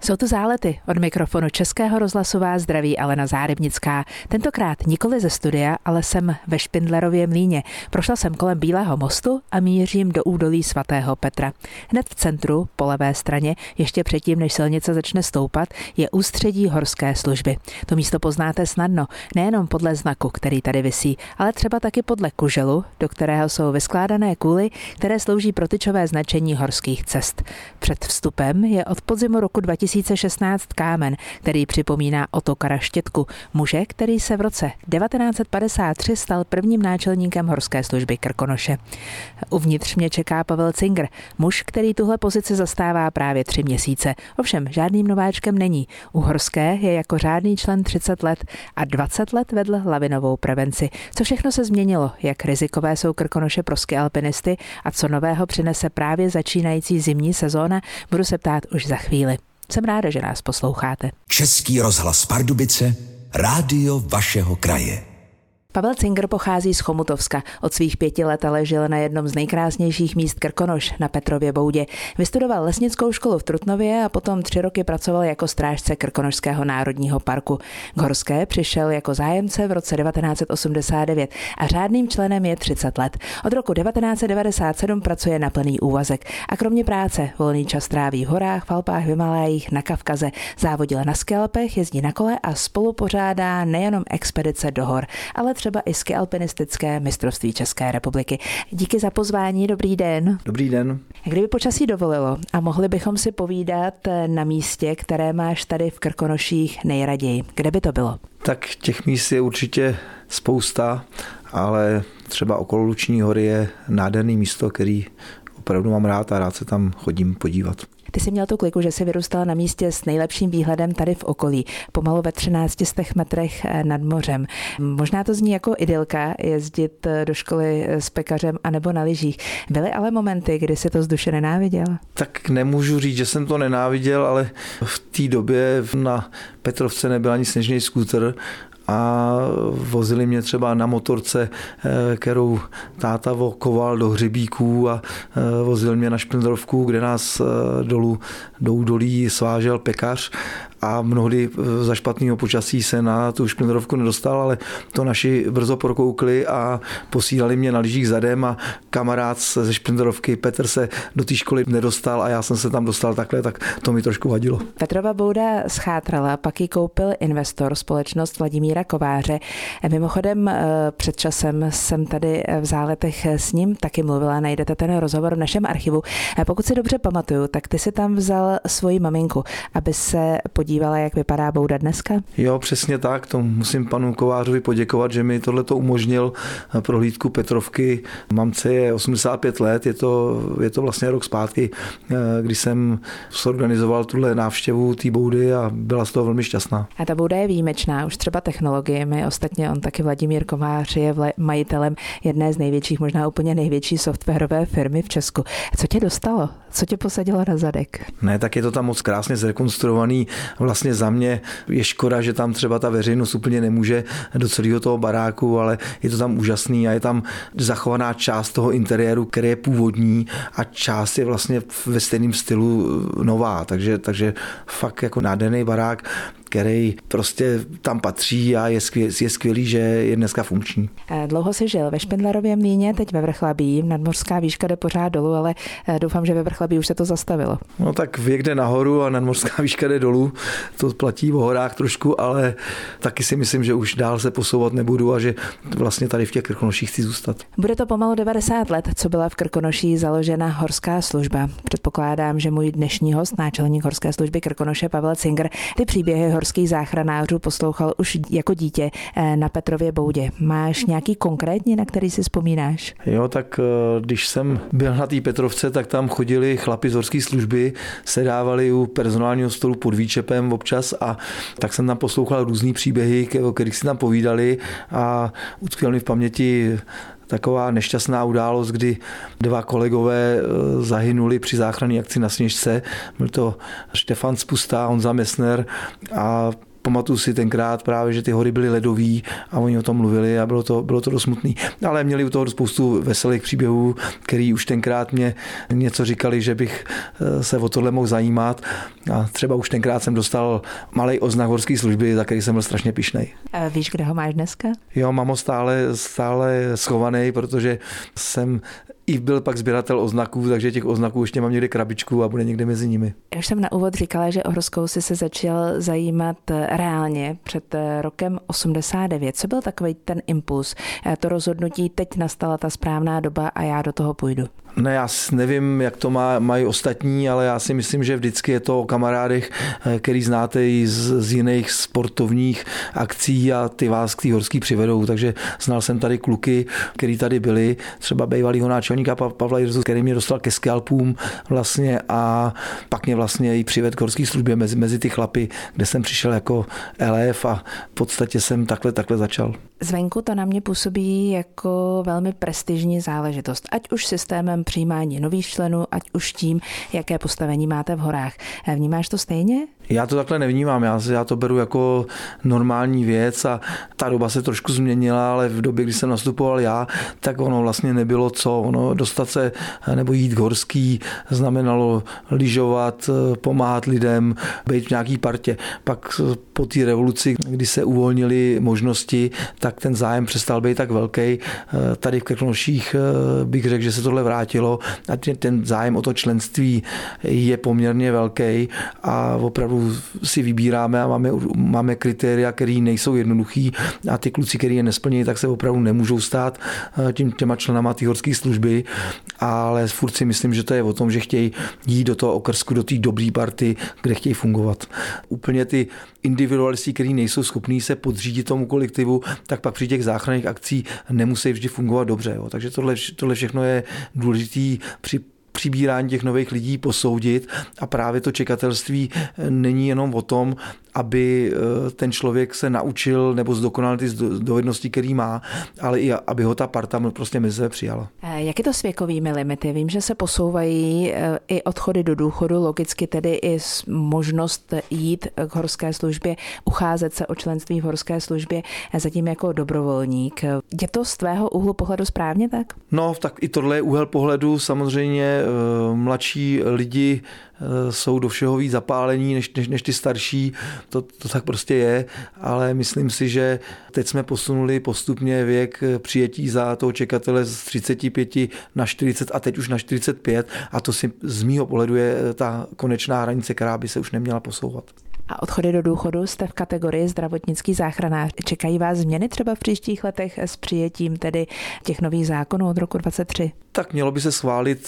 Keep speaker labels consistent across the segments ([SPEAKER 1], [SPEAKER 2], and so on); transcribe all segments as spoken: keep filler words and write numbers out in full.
[SPEAKER 1] Jsou to Zálety. Od mikrofonu Českého rozhlasu vás zdraví Alena Zárybnická. Tentokrát nikoli ze studia, ale jsem ve Špindlerově mlýně. Prošla jsem kolem Bílého mostu a mířím do údolí svatého Petra. Hned v centru, po levé straně, ještě předtím, než silnice začne stoupat, je ústředí horské služby. To místo poznáte snadno, nejenom podle znaku, který tady visí, ale třeba taky podle kuželu, do kterého jsou vyskládané kůly, které slouží pro tyčové značení horských cest. Před vstupem je od podzimu roku dva tisíce šestnáct kámen, který připomíná Ottokara Štětku, muže, který se v roce devatenáct set padesát tři stal prvním náčelníkem horské služby Krkonoše. Uvnitř mě čeká Pavel Cingr, muž, který tuhle pozici zastává právě tři měsíce. Ovšem žádným nováčkem není. U horské je jako řádný člen třicet let a dvacet let vedl lavinovou prevenci. Co všechno se změnilo, jak rizikové jsou Krkonoše pro ski alpinisty a co nového přinese právě začínající zimní sezóna, budu se ptát už za chvíli. Jsem ráda, že nás posloucháte.
[SPEAKER 2] Český rozhlas Pardubice, rádio vašeho kraje.
[SPEAKER 1] Pavel Cingr pochází z Chomutovska. Od svých pěti let ale žil na jednom z nejkrásnějších míst Krkonoš, na Petrově Boudě. Vystudoval lesnickou školu v Trutnově a potom tři roky pracoval jako strážce Krkonošského národního parku. K horské přišel jako zájemce v roce devatenáct set osmdesát devět a řádným členem je třicet let. Od roku devatenáct set devadesát sedm pracuje na plný úvazek a kromě práce volný čas tráví v horách, v Alpách, v Himalájích, na Kavkaze. Závodil na ski alpech, jezdí na kole a spolupořádá nejenom expedice do hor, ale třeba i ski alpinistické mistrovství České republiky. Díky za pozvání, dobrý den.
[SPEAKER 3] Dobrý den.
[SPEAKER 1] Kdyby počasí dovolilo a mohli bychom si povídat na místě, které máš tady v Krkonoších nejraději, kde by to bylo?
[SPEAKER 3] Tak těch míst je určitě spousta, ale třeba okolo Luční hory je nádherný místo, který opravdu mám rád a rád se tam chodím podívat.
[SPEAKER 1] Ty jsi měl tu kliku, že jsi vyrůstal na místě s nejlepším výhledem tady v okolí, pomalu ve třinácti stech metrech nad mořem. Možná to zní jako idylka jezdit do školy s pekařem anebo na lyžích. Byly ale momenty, kdy jsi to z duše nenáviděl?
[SPEAKER 3] Tak nemůžu říct, že jsem to nenáviděl, ale v té době na Petrovce nebyl ani sněžný skútr a vozili mě třeba na motorce, kterou táta vokoval do hřebíků a vozil mě na Špindlerovku, kde nás dolů do údolí svážel pekař a mnohdy za špatného počasí se na tu Špindlerovku nedostal, ale to naši brzo prokoukli a posílali mě na lyžích zadem a kamarád ze Špindlerovky Petr se do té školy nedostal a já jsem se tam dostal takhle, tak to mi trošku vadilo.
[SPEAKER 1] Petrova Bouda schátrala, pak ji koupil investor, společnost Vladimíra Kováře. Mimochodem před časem jsem tady v Záletech s ním taky mluvila, najdete ten rozhovor v našem archivu. Pokud si dobře pamatuju, tak ty si tam vzal svoji maminku, aby se podívala, jak vypadá Bouda dneska?
[SPEAKER 3] Jo, přesně tak, to musím panu Kovářovi poděkovat, že mi tohleto umožnil prohlídku Petrovky. Mamce je osmdesát pět let, je to, je to vlastně rok zpátky, když jsem zorganizoval tuhle návštěvu té Boudy a byla z toho velmi šťastná.
[SPEAKER 1] A ta Bouda je výjimečná, už třeba technologiemi, ostatně on taky Vladimír Kovář je majitelem jedné z největších, možná úplně největší softwarové firmy v Česku. Co tě dostalo? Co tě posadilo na zadek?
[SPEAKER 3] Ne, tak je to tam moc krásně zrekonstruovaný. Vlastně za mě je škoda, že tam třeba ta veřejnost úplně nemůže do celého toho baráku, ale je to tam úžasný a je tam zachovaná část toho interiéru, který je původní a část je vlastně ve stejném stylu nová, takže, takže fakt jako nádherný barák, který prostě tam patří a je skvělý, je skvělý, že je dneska funkční.
[SPEAKER 1] Dlouho jsi žil ve Špindlerově mlýně, teď ve Vrchlabí, nadmořská výška jde pořád dolů, ale doufám, že ve Vrchlabí už se to zastavilo.
[SPEAKER 3] No tak věk jde nahoru a nadmořská výška jde dolů, to platí v horách trošku, ale taky si myslím, že už dál se posouvat nebudu a že vlastně tady v těch Krkonoších chci zůstat.
[SPEAKER 1] Bude to pomalu devadesát let, co byla v Krkonoších založena horská služba. Předpokládám, že můj dnešní host, náčelník horské služby Krkonoše Pavel Cingr, ty příběhy horských záchranářů poslouchal už jako dítě na Petrově Boudě. Máš nějaký konkrétní, na který si vzpomínáš?
[SPEAKER 3] Jo, tak když jsem byl na té Petrovce, tak tam chodili chlapi z horské služby, sedávali u personálního stolu pod výčepem občas a tak jsem tam poslouchal různý příběhy, o kterých si tam povídali a utkvěl mi v paměti taková nešťastná událost, kdy dva kolegové zahynuli při záchranné akci na Sněžce. Byl to Štefan Spusta a Honza Messner a pamatuju si tenkrát právě, že ty hory byly ledový a oni o tom mluvili a bylo to, bylo to dost smutný. Ale měli u toho spoustu veselých příběhů, který už tenkrát mě něco říkali, že bych se o tohle mohl zajímat. A třeba už tenkrát jsem dostal malej oznak horské služby, za který jsem byl strašně pyšnej.
[SPEAKER 1] A víš, kde ho máš dneska?
[SPEAKER 3] Jo, mám ho stále, stále schovaný, protože jsem i byl pak sběratel oznaků, takže těch oznaků ještě mám někde krabičku a bude někde mezi nimi.
[SPEAKER 1] Já už jsem na úvod říkala, že o horskou si se začal zajímat reálně před rokem osmdesát devět. Co byl takový ten impuls, to rozhodnutí, teď nastala ta správná doba a já do toho půjdu?
[SPEAKER 3] Ne, já nevím, jak to má, mají ostatní, ale já si myslím, že vždycky je to o kamarádech, který znáte i z, z jiných sportovních akcí a ty vás k té horský přivedou. Takže znal jsem tady kluky, který tady byli, třeba bývalýho náčelníka Pavla Jirzu, který mě dostal ke skalpům vlastně a pak mě vlastně i přived k horské službě mezi, mezi ty chlapy, kde jsem přišel jako el ef a v podstatě jsem takhle, takhle začal.
[SPEAKER 1] Zvenku to na mě působí jako velmi prestižní záležitost, ať už systémem přijímání nových členů, ať už tím, jaké postavení máte v horách. Vnímáš to stejně?
[SPEAKER 3] Já to takhle nevnímám, já, já to beru jako normální věc a ta doba se trošku změnila, ale v době, kdy jsem nastupoval já, tak ono vlastně nebylo co. Ono dostat se nebo jít k horský znamenalo lyžovat, pomáhat lidem, být v nějaký partě. Pak po té revoluci, kdy se uvolnily možnosti, tak ten zájem přestal být tak velký. Tady v Krkonoších bych řekl, že se tohle vrátilo a ten zájem o to členství je poměrně velký a opravdu si vybíráme a máme, máme kritéria, které nejsou jednoduchý a ty kluci, který je nesplní, tak se opravdu nemůžou stát tím, těma členama té horské služby, ale furt si myslím, že to je o tom, že chtějí jít do toho okrsku, do té dobré party, kde chtějí fungovat. Úplně ty individualisti, kteří nejsou schopní se podřídit tomu kolektivu, tak pak při těch záchranných akcí nemusí vždy fungovat dobře. Jo. Takže tohle, tohle všechno je důležitý při přibírání těch nových lidí posoudit a právě to čekatelství není jenom o tom, aby ten člověk se naučil nebo zdokonal ty dovednosti, který má, ale i aby ho ta parta prostě mezi sebe přijala.
[SPEAKER 1] Jak je to s věkovými limity? Vím, že se posouvají i odchody do důchodu, logicky tedy i možnost jít k horské službě, ucházet se o členství v horské službě zatím jako dobrovolník. Je to z tvého úhlu pohledu správně tak?
[SPEAKER 3] No, tak i tohle je úhel pohledu. Samozřejmě mladší lidi jsou do všeho víc zapálení než, než, než ty starší, to, to tak prostě je, ale myslím si, že teď jsme posunuli postupně věk přijetí za toho čekatele z třicet pět na čtyřicet a teď už na čtyřicet pět a to si z mýho pohledu je ta konečná hranice, která by se už neměla posouvat.
[SPEAKER 1] A odchody do důchodu jste v kategorii zdravotnický záchranář. Čekají vás změny třeba v příštích letech s přijetím tedy těch nových zákonů od roku dvacet tři?
[SPEAKER 3] Tak mělo by se schválit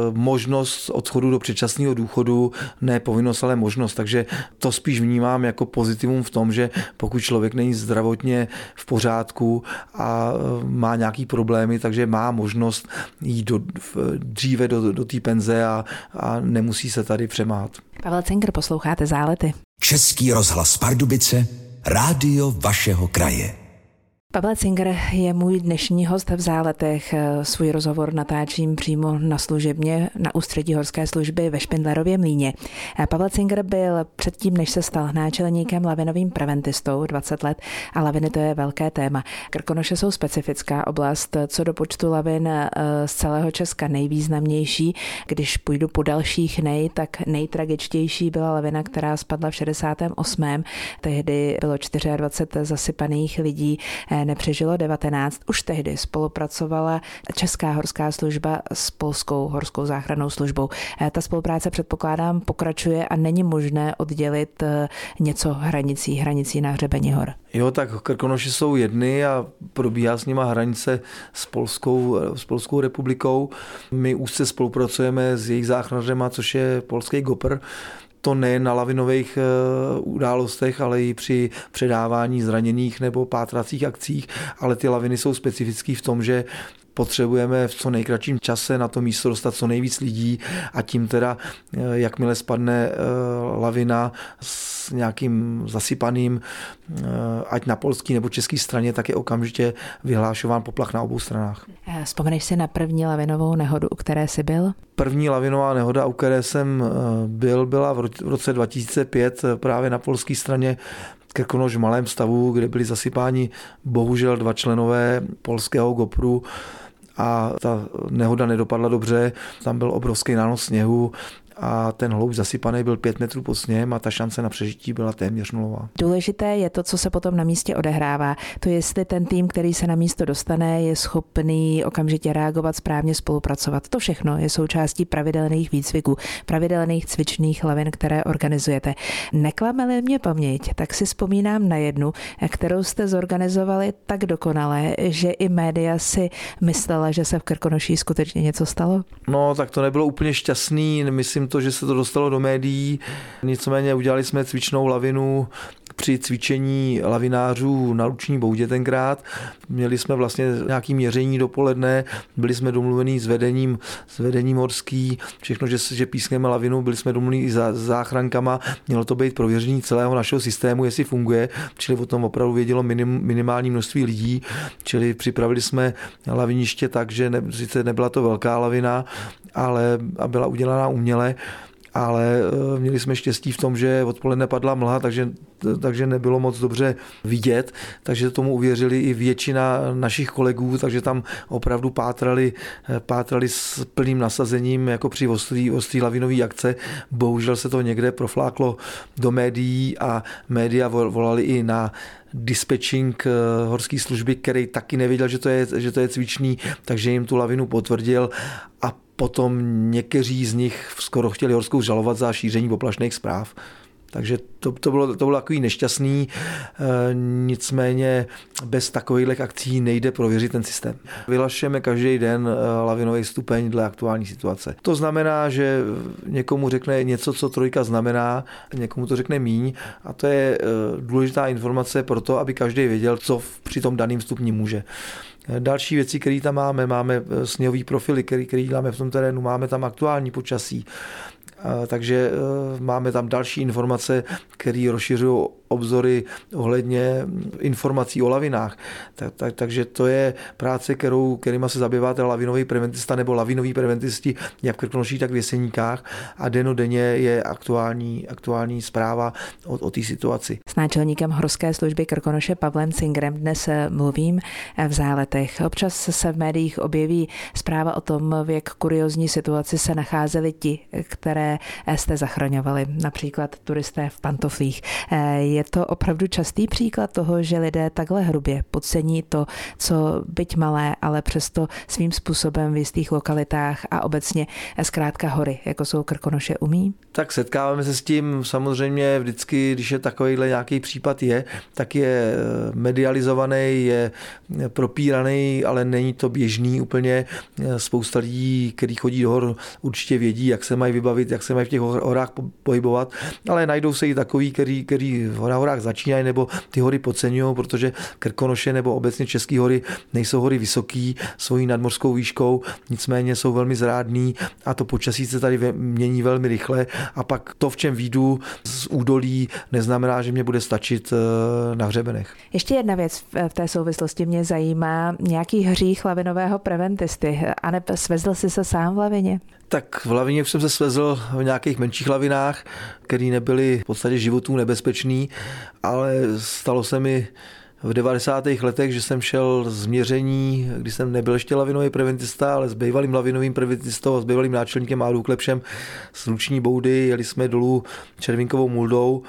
[SPEAKER 3] možnost odchodu do předčasného důchodu, ne povinnost, ale možnost. Takže to spíš vnímám jako pozitivum v tom, že pokud člověk není zdravotně v pořádku a má nějaký problémy, takže má možnost jít do, dříve do, do té penze a, a nemusí se tady přemát.
[SPEAKER 1] Pavel Cenkr, posloucháte Zálety.
[SPEAKER 2] Český rozhlas Pardubice, rádio vašeho kraje.
[SPEAKER 1] Pavel Cenkr je můj dnešní host v Záletech. Svůj rozhovor natáčím přímo na služebně na ústředí horské služby ve Špindlerově Mlýně. Pavel Cenkr byl předtím, než se stal náčelníkem, lavinovým preventistou dvacet let a laviny to je velké téma. Krkonoše jsou specifická oblast, co do počtu lavin z celého Česka nejvýznamnější. Když půjdu po dalších nej, tak nejtragičtější byla lavina, která spadla v šedesátém osmém Tehdy bylo dvacet čtyři zasypaných lidí, nepřežilo devatenáct. Už tehdy spolupracovala Česká horská služba s Polskou horskou záchrannou službou. Ta spolupráce, předpokládám, pokračuje a není možné oddělit něco hranicí, hranicí na hřebeni hor.
[SPEAKER 3] Jo, tak Krkonoši jsou jedny a probíhá s nima hranice s Polskou, s Polskou republikou. My úzce spolupracujeme s jejich záchranářema, což je polský GOPR. To nejen na lavinových událostech, ale i při předávání zraněných nebo pátracích akcích, ale ty laviny jsou specifické v tom, že potřebujeme v co nejkratším čase na to místo dostat co nejvíc lidí a tím teda, jakmile spadne lavina s nějakým zasypaným, ať na polské nebo české straně, tak je okamžitě vyhlášován poplach na obou stranách.
[SPEAKER 1] Vzpomeneš si na první lavinovou nehodu, u které jsi byl?
[SPEAKER 3] První lavinová nehoda, u které jsem byl, byla v roce dva tisíce pět právě na polské straně Krkonoš v malém stavu, kde byli zasypáni bohužel dva členové polského GoPru a ta nehoda nedopadla dobře. Tam byl obrovský nános sněhu a ten hlouč zasypaný byl pět metrů pod sněhem a ta šance na přežití byla téměř nulová.
[SPEAKER 1] Důležité je to, co se potom na místě odehrává. To jestli ten tým, který se na místo dostane, je schopný okamžitě reagovat, správně spolupracovat. To všechno je součástí pravidelných výcviků, pravidelných cvičných lavin, které organizujete. Neklame-li mě paměť, tak si vzpomínám na jednu, kterou jste zorganizovali tak dokonale, že i média si myslela, že se v Krkonoší skutečně něco stalo?
[SPEAKER 3] No, tak to nebylo úplně šťastný. Myslím to, že se to dostalo do médií. Nicméně udělali jsme cvičnou lavinu při cvičení lavinářů na Luční Boudě tenkrát. Měli jsme vlastně nějaké měření dopoledne, byli jsme domluvení s vedením, s vedením horský, všechno, že, že pískneme lavinu, byli jsme domluvení i za záchrankama, mělo to být prověření celého našeho systému, jestli funguje, čili o tom opravdu vědělo minim, minimální množství lidí, čili připravili jsme laviniště tak, že ne, sice nebyla to velká lavina, ale a byla udělaná uměle, ale měli jsme štěstí v tom, že odpoledne padla mlha, takže, takže nebylo moc dobře vidět, takže tomu uvěřili i většina našich kolegů, takže tam opravdu pátrali, pátrali s plným nasazením jako při ostrý, ostrý lavinový akce. Bohužel se to někde profláklo do médií a média volali i na dispatching horské služby, který taky nevěděl, že to je, že to je cvičný, takže jim tu lavinu potvrdil a potom někteří z nich skoro chtěli horskou žalovat za šíření poplašných zpráv. Takže to, to, bylo, to bylo takový nešťastný, e, nicméně bez takových akcí nejde prověřit ten systém. Vyhlašujeme každý den lavinový stupeň dle aktuální situace. To znamená, že někomu řekne něco, co trojka znamená, někomu to řekne míň a to je e, důležitá informace pro to, aby každý věděl, co při tom daném stupni může. Další věci, které tam máme, máme sněhový profily, který, který děláme v tom terénu, máme tam aktuální počasí, takže máme tam další informace, které rozšiřují obzory ohledně informací o lavinách. Tak, tak, takže to je práce, kterou, kterýma se zabýváte lavinový preventista nebo lavinoví preventisti, jak v Krkonoší, tak v Jeseníkách a dennodenně je aktuální, aktuální zpráva o, o té situaci.
[SPEAKER 1] S náčelníkem horské služby Krkonoše Pavlem Cingrem dnes mluvím v Záletech. Občas se v médiích objeví zpráva o tom, v jak kuriózní situaci se nacházeli ti, které jste zachraňovali, například turisté v pantoflích. Je to opravdu častý příklad toho, že lidé takhle hrubě podcení to, co byť malé, ale přesto svým způsobem v jistých lokalitách a obecně zkrátka hory, jako jsou Krkonoše, umí?
[SPEAKER 3] Tak setkáváme se s tím samozřejmě vždycky, když je takovýhle nějaký případ je, tak je medializovaný, je propíraný, ale není to běžný úplně. Spousta lidí, kteří chodí do hor, určitě vědí, jak se mají vybavit, jak se mají v těch horách pohybovat, ale najdou se i takový, kteří, kteří na horách začínají nebo ty hory podceňují, protože Krkonoše nebo obecně České hory nejsou hory vysoký, svojí nadmořskou výškou, nicméně jsou velmi zrádný a to počasí se tady mění velmi rychle a pak to, v čem výjdu z údolí, neznamená, že mě bude stačit na hřebenech.
[SPEAKER 1] Ještě jedna věc v té souvislosti mě zajímá, nějaký hřích lavinového preventisty. Aneb svezl jsi se sám v lavině?
[SPEAKER 3] Tak v lavině už jsem se svezl v nějakých menších lavinách, které nebyly v podstatě životů nebezpečný, ale stalo se mi v devadesátých letech, že jsem šel z měření, když jsem nebyl ještě lavinový preventista, ale s bývalým lavinovým preventistou a s bývalým náčelníkem Ádou Klepšem z Luční Boudy, jeli jsme dolů Červinkovou Muldou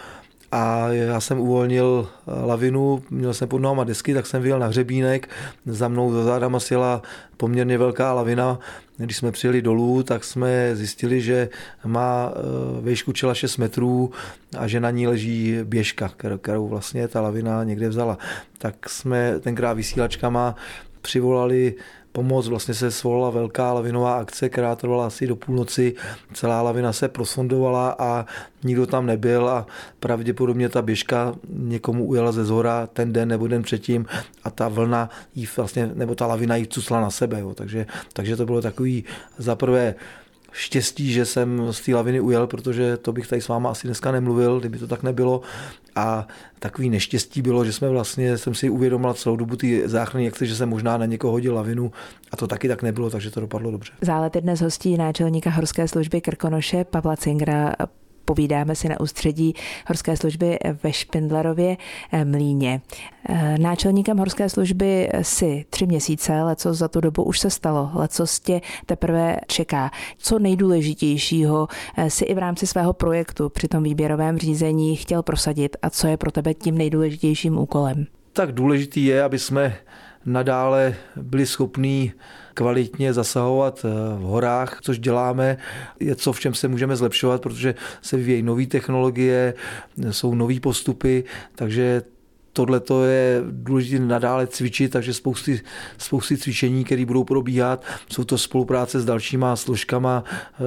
[SPEAKER 3] a já jsem uvolnil lavinu, měl jsem pod nohama desky, tak jsem vyjel na hřebínek, za mnou za zádama sjela poměrně velká lavina. Když jsme přijeli dolů, tak jsme zjistili, že má výšku čela šest metrů a že na ní leží běžka, kterou vlastně ta lavina někde vzala. Tak jsme tenkrát vysílačkama přivolali pomoc, vlastně se svolala velká lavinová akce, která trvala asi do půlnoci. Celá lavina se prosondovala a nikdo tam nebyl a pravděpodobně ta běžka někomu ujela ze zhora ten den nebo den předtím a ta vlna jí vlastně, nebo ta lavina jí cucla na sebe. Jo. Takže, takže to bylo takový zaprvé štěstí, že jsem z té laviny ujel, protože to bych tady s váma asi dneska nemluvil, kdyby to tak nebylo. A takový neštěstí bylo, že jsme vlastně, jsem si uvědomil celou dobu ty záchranné akce, že jsem možná na někoho hodil lavinu a to taky tak nebylo, takže to dopadlo dobře.
[SPEAKER 1] Zálety dnes hostí náčelníka horské služby Krkonoše Pavla Cingra. Povídáme si na ústředí horské služby ve Špindlerově Mlýně. Náčelníkem horské služby si tři měsíce, lecos za tu dobu už se stalo, lecos tě teprve čeká. Co nejdůležitějšího si i v rámci svého projektu při tom výběrovém řízení chtěl prosadit a co je pro tebe tím nejdůležitějším úkolem?
[SPEAKER 3] Tak důležitý je, aby jsme nadále byli schopní kvalitně zasahovat v horách, což děláme, je co, v čem se můžeme zlepšovat, protože se vyvíjejí nové technologie, jsou nové postupy, takže tohle to je důležité nadále cvičit, takže spousty, spousty cvičení, které budou probíhat. Jsou to spolupráce s dalšíma složkama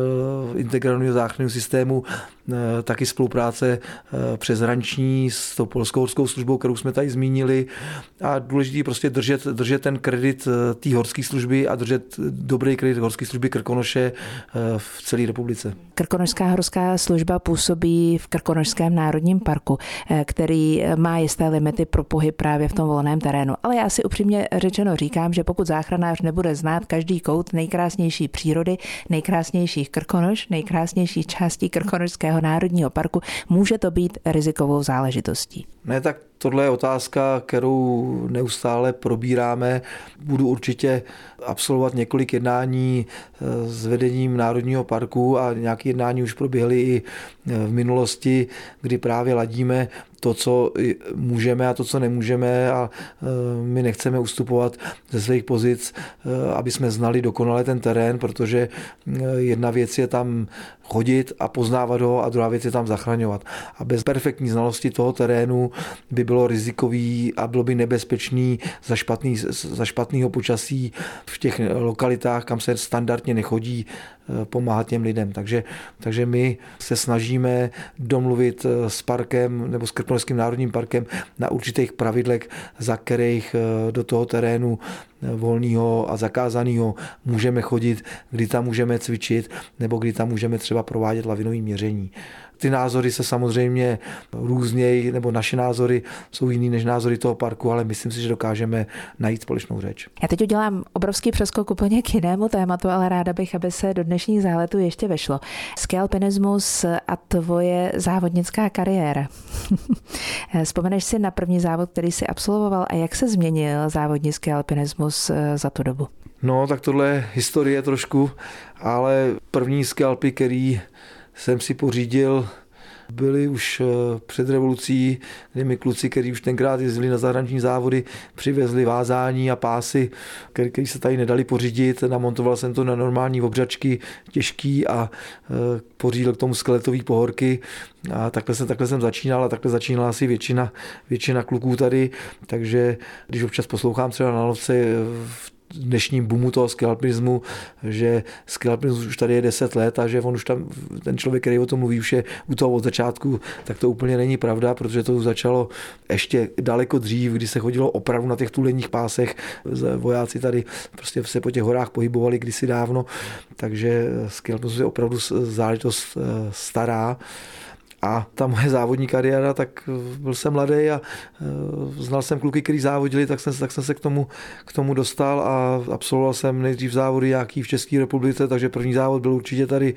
[SPEAKER 3] e, integrovaného záchranného systému, e, taky spolupráce e, přeshraniční s tou polskou horskou službou, kterou jsme tady zmínili. A důležité je prostě držet, držet ten kredit té horské služby a držet dobrý kredit horské služby Krkonoše e, v celé republice.
[SPEAKER 1] Krkonošská horská služba působí v Krkonošském národním parku, e, který má jisté limity pro pohyb právě v tom volném terénu. Ale já si upřímně řečeno říkám, že pokud záchranář nebude znát každý kout nejkrásnější přírody, nejkrásnějších Krkonoš, nejkrásnější částí Krkonošského národního parku, může to být rizikovou záležitostí.
[SPEAKER 3] Ne, tak tohle je otázka, kterou neustále probíráme. Budu určitě absolvovat několik jednání s vedením Národního parku a nějaké jednání už proběhly i v minulosti, kdy právě ladíme to, co můžeme a to, co nemůžeme a my nechceme ustupovat ze svých pozic, aby jsme znali dokonale ten terén, protože jedna věc je tam chodit a poznávat ho a druhá věc je tam zachraňovat. A bez perfektní znalosti toho terénu by bylo rizikový a bylo by nebezpečný za, špatný, za špatného počasí v těch lokalitách, kam se standardně nechodí, pomáhat těm lidem. Takže, takže my se snažíme domluvit s parkem nebo s Krkonošským národním parkem na určitých pravidlech, za kterých do toho terénu volného a zakázaného můžeme chodit, kdy tam můžeme cvičit nebo kdy tam můžeme třeba provádět lavinové měření. Ty názory se samozřejmě různějí, nebo naše názory jsou jiný než názory toho parku, ale myslím si, že dokážeme najít společnou řeč.
[SPEAKER 1] Já teď udělám obrovský přeskok úplně k jinému tématu, ale ráda bych, aby se do dnešních záletů ještě vešlo. Skialpinismus a tvoje závodnická kariéra. Vzpomeneš si na první závod, který jsi absolvoval a jak se změnil závodní skialpinismus za tu dobu?
[SPEAKER 3] No, tak tohle je historie trošku, ale první skialpy, který jsem si pořídil, byli už před revolucí, kdy mi kluci, kteří už tenkrát jezdili na zahraniční závody, přivezli vázání a pásy, které se tady nedali pořídit. Namontoval jsem to na normální obřačky, těžký a pořídil k tomu skeletové pohorky. A takhle jsem, takhle jsem začínal a takhle začínala asi většina, většina kluků tady. Takže když občas poslouchám třeba na lovce v dnešním boomu toho skialpinismu, že skialpinismus už tady je deset let a že on už tam, ten člověk, který o tom mluví, už je u toho od začátku, tak to úplně není pravda, protože to začalo ještě daleko dřív, kdy se chodilo opravdu na těch tuleních pásech. Vojáci tady prostě se po těch horách pohybovali kdysi dávno, takže skialpinismus je opravdu záležitost stará. A ta moje závodní kariéra, tak byl jsem mladý a znal jsem kluky, kteří závodili, tak jsem, tak jsem se k tomu, k tomu dostal a absolvoval jsem nejdřív závody nějaký v České republice, takže první závod byl určitě tady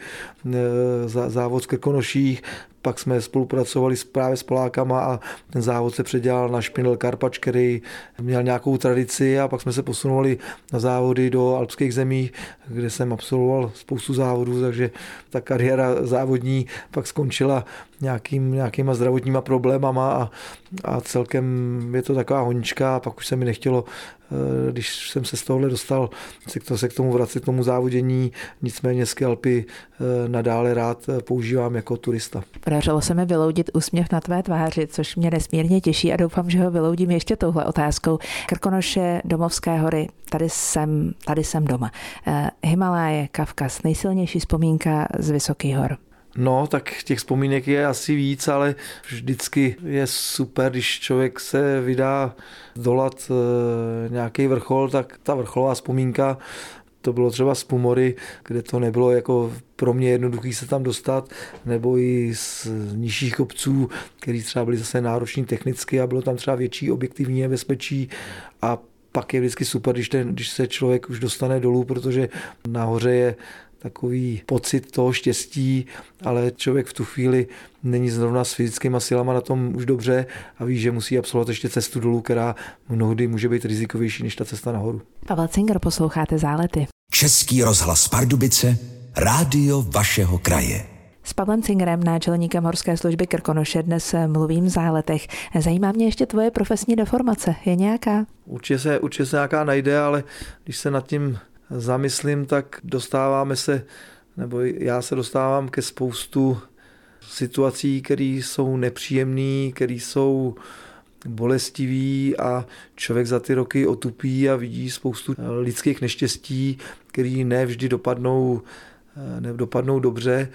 [SPEAKER 3] závod v Krkonoších, pak jsme spolupracovali právě s Polákama a ten závod se předělal na Špindl Karpač, který měl nějakou tradici a pak jsme se posunuli na závody do alpských zemí, kde jsem absolvoval spoustu závodů, takže ta kariéra závodní pak skončila nějakým, nějakýma zdravotníma problémama a, a celkem je to taková honička a pak už se mi nechtělo, když jsem se z tohohle dostal, se, to, se k tomu vracet, k tomu závodění, nicméně skialpy nadále rád používám jako turista.
[SPEAKER 1] Podařilo se mi vyloudit úsměv na tvé tváři, což mě nesmírně těší a doufám, že ho vyloudím ještě touhle otázkou. Krkonoše, Domovské hory, tady jsem, tady jsem doma. Himaláje, Kavkaz, nejsilnější vzpomínka z Vysokých hor.
[SPEAKER 3] No, tak těch vzpomínek je asi víc, ale vždycky je super, když člověk se vydá dolat nějaký vrchol, tak ta vrcholová vzpomínka, to bylo třeba z Pomory, kde to nebylo jako pro mě jednoduchý se tam dostat, nebo i z nižších kopců, který třeba byly zase nároční technicky a bylo tam třeba větší objektivní nebezpečí a pak je vždycky super, když, ten, když se člověk už dostane dolů, protože nahoře je takový pocit toho štěstí, ale člověk v tu chvíli není zrovna s fyzickými silama na tom už dobře a ví, že musí absolvovat ještě cestu dolů, která mnohdy může být rizikovější než ta cesta nahoru.
[SPEAKER 1] Pavel Cinger, posloucháte Zálety.
[SPEAKER 2] Český rozhlas Pardubice, rádio vašeho kraje.
[SPEAKER 1] S Pavlem Cingerem, náčelníkem Horské služby Krkonoše, dnes mluvím v Záletech. Zajímá mě ještě tvoje profesní deformace. Je nějaká?
[SPEAKER 3] Určitě se, určitě se nějaká najde, ale když se nad tím zamyslím, tak dostáváme se, nebo já se dostávám ke spoustu situací, které jsou nepříjemné, které jsou bolestivý a člověk za ty roky otupí a vidí spoustu lidských neštěstí, které ne vždy dopadnou, ne dopadnou dobře.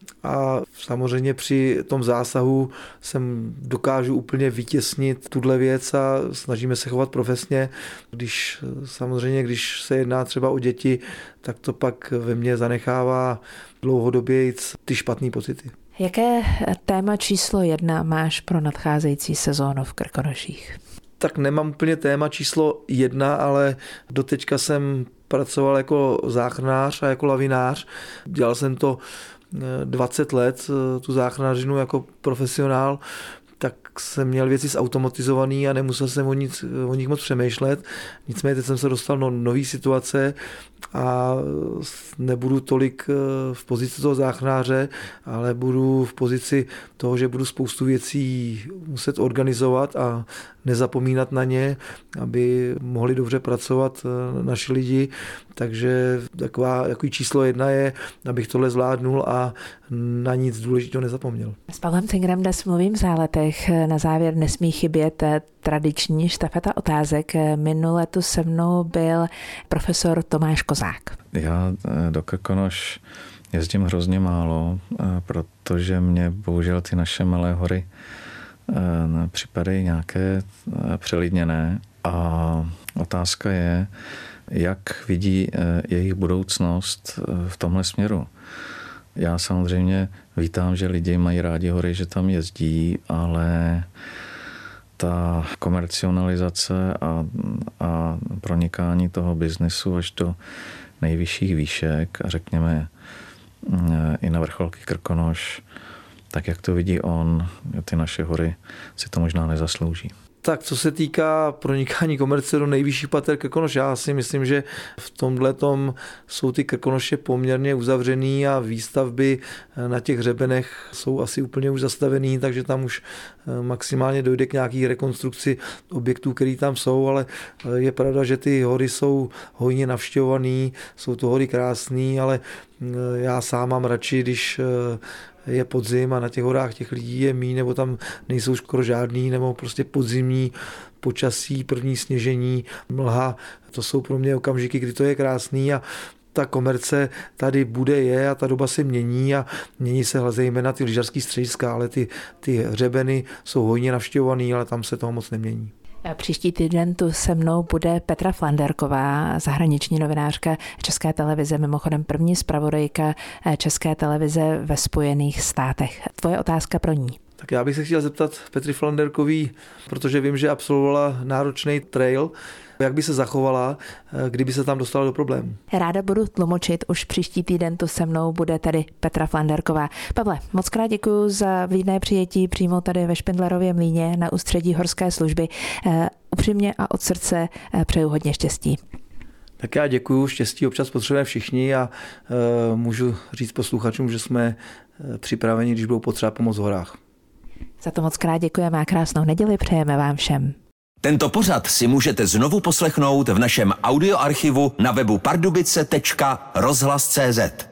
[SPEAKER 3] A samozřejmě při tom zásahu jsem dokážu úplně vytěsnit tuhle věc a snažíme se chovat profesně. Když samozřejmě, když se jedná třeba o děti, tak to pak ve mně zanechává dlouhodobě ty špatné pocity.
[SPEAKER 1] Jaké téma číslo jedna máš pro nadcházející sezónu v Krkonoších?
[SPEAKER 3] Tak nemám úplně téma číslo jedna, ale doteďka jsem pracoval jako záchranář a jako lavinář. Dělal jsem to dvacet let, tu záchranářinu jako profesionál, tak jsem měl věci zautomatizovaný a nemusel jsem o, nic, o nich moc přemýšlet. Nicméně teď jsem se dostal do nové situace a nebudu tolik v pozici toho záchranáře, ale budu v pozici toho, že budu spoustu věcí muset organizovat a nezapomínat na ně, aby mohli dobře pracovat naši lidi. Takže taková, takový číslo jedna je, abych tohle zvládnul a na nic důležitého nezapomněl.
[SPEAKER 1] S Pavlem Cingerem dnes mluvím v Záletech. Na závěr nesmí chybět tradiční štafeta otázek. Minule tu se mnou byl profesor Tomáš Kozák.
[SPEAKER 4] Já do Krkonoš jezdím hrozně málo, protože mě bohužel ty naše malé hory připadají nějaké přelidněné a otázka je, jak vidí jejich budoucnost v tomhle směru. Já samozřejmě vítám, že lidi mají rádi hory, že tam jezdí, ale ta komercionalizace a, a pronikání toho biznesu až do nejvyšších výšek a řekněme i na vrcholky Krkonoš, tak jak to vidí on, ty naše hory si to možná nezaslouží.
[SPEAKER 3] Tak co se týká pronikání komerce do nejvyšších pater Krkonoš, já si myslím, že v tomhletom jsou ty Krkonoše poměrně uzavřený a výstavby na těch hřebenech jsou asi úplně už zastavený, takže tam už maximálně dojde k nějaký rekonstrukci objektů, který tam jsou, ale je pravda, že ty hory jsou hojně navštěvovaný, jsou to hory krásný, ale já sám mám radši, když je podzim a na těch horách těch lidí je míň, nebo tam nejsou skoro žádný, nebo prostě podzimní počasí, první sněžení, mlha. To jsou pro mě okamžiky, kdy to je krásný a ta komerce tady bude, je a ta doba se mění a mění se zejména ty lyžařský střediska, ale ty, ty hřebeny jsou hojně navštěvovaný, ale tam se toho moc nemění.
[SPEAKER 1] Příští týden tu se mnou bude Petra Flanderková, zahraniční novinářka České televize, mimochodem první zpravodajka České televize ve Spojených státech. Tvoje otázka pro ní.
[SPEAKER 3] Tak já bych se chtěl zeptat Petry Flanderkový, protože vím, že absolvovala náročný trail, jak by se zachovala, kdyby se tam dostala do problémů.
[SPEAKER 1] Ráda budu tlumočit, už příští týden tu se mnou bude tady Petra Flanderková. Pavle, moc krát děkuji za vlídné přijetí přímo tady ve Špindlerově mlýně na ústředí Horské služby. Upřímně a od srdce přeju hodně štěstí.
[SPEAKER 3] Tak já děkuju, štěstí občas potřebujeme všichni a uh, můžu říct posluchačům, že jsme připraveni, když budou potřeba pomoc v horách.
[SPEAKER 1] Za to moc krát děkujeme a krásnou neděli přejeme vám všem.
[SPEAKER 2] Tento pořad si můžete znovu poslechnout v našem audioarchivu na webu pardubice tečka rozhlas tečka cé zet.